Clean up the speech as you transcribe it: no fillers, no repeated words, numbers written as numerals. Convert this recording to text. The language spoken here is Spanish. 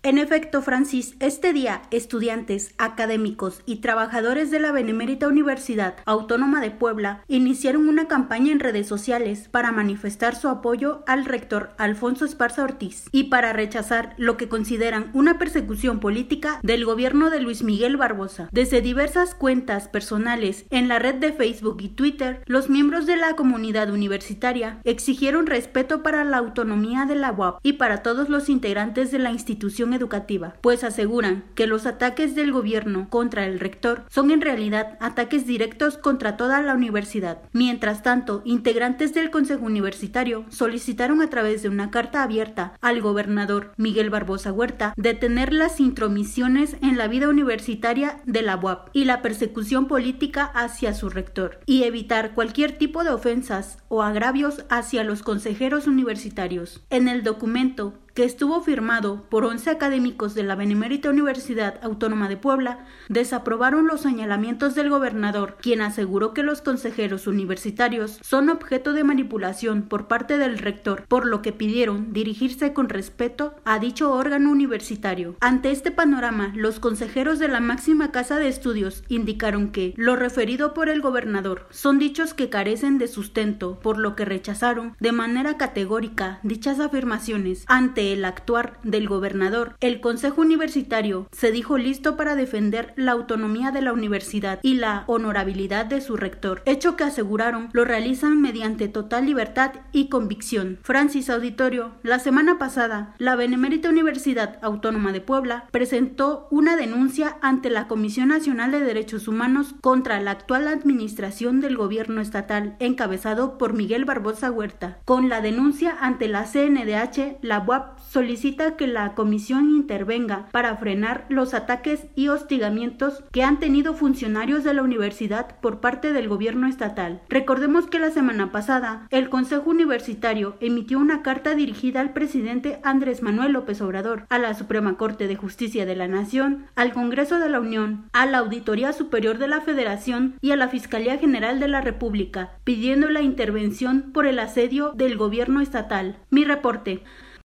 En efecto, Francis, este día, estudiantes, académicos y trabajadores de la Benemérita Universidad Autónoma de Puebla iniciaron una campaña en redes sociales para manifestar su apoyo al rector Alfonso Esparza Ortiz y para rechazar lo que consideran una persecución política del gobierno de Luis Miguel Barbosa. Desde diversas cuentas personales en la red de Facebook y Twitter, los miembros de la comunidad universitaria exigieron respeto para la autonomía de la UAP y para todos los integrantes de la institución educativa, pues aseguran que los ataques del gobierno contra el rector son en realidad ataques directos contra toda la universidad. Mientras tanto, integrantes del Consejo Universitario solicitaron a través de una carta abierta al gobernador Miguel Barbosa Huerta detener las intromisiones en la vida universitaria de la UAP y la persecución política hacia su rector, y evitar cualquier tipo de ofensas o agravios hacia los consejeros universitarios. En el documento, que estuvo firmado por 11 académicos de la Benemérita Universidad Autónoma de Puebla, desaprobaron los señalamientos del gobernador, quien aseguró que los consejeros universitarios son objeto de manipulación por parte del rector, por lo que pidieron dirigirse con respeto a dicho órgano universitario. Ante este panorama, los consejeros de la máxima casa de estudios indicaron que lo referido por el gobernador son dichos que carecen de sustento, por lo que rechazaron de manera categórica dichas afirmaciones. Ante el actuar del gobernador, el Consejo Universitario se dijo listo para defender la autonomía de la universidad y la honorabilidad de su rector, hecho que aseguraron lo realizan mediante total libertad y convicción. Francis, auditorio, la semana pasada, la Benemérita Universidad Autónoma de Puebla presentó una denuncia ante la Comisión Nacional de Derechos Humanos contra la actual administración del gobierno estatal, encabezado por Miguel Barbosa Huerta. Con la denuncia ante la CNDH, la UAP solicita que la comisión intervenga para frenar los ataques y hostigamientos que han tenido funcionarios de la universidad por parte del gobierno estatal. Recordemos que la semana pasada, el Consejo Universitario emitió una carta dirigida al presidente Andrés Manuel López Obrador, a la Suprema Corte de Justicia de la Nación, al Congreso de la Unión, a la Auditoría Superior de la Federación y a la Fiscalía General de la República, pidiendo la intervención por el asedio del gobierno estatal. Mi reporte.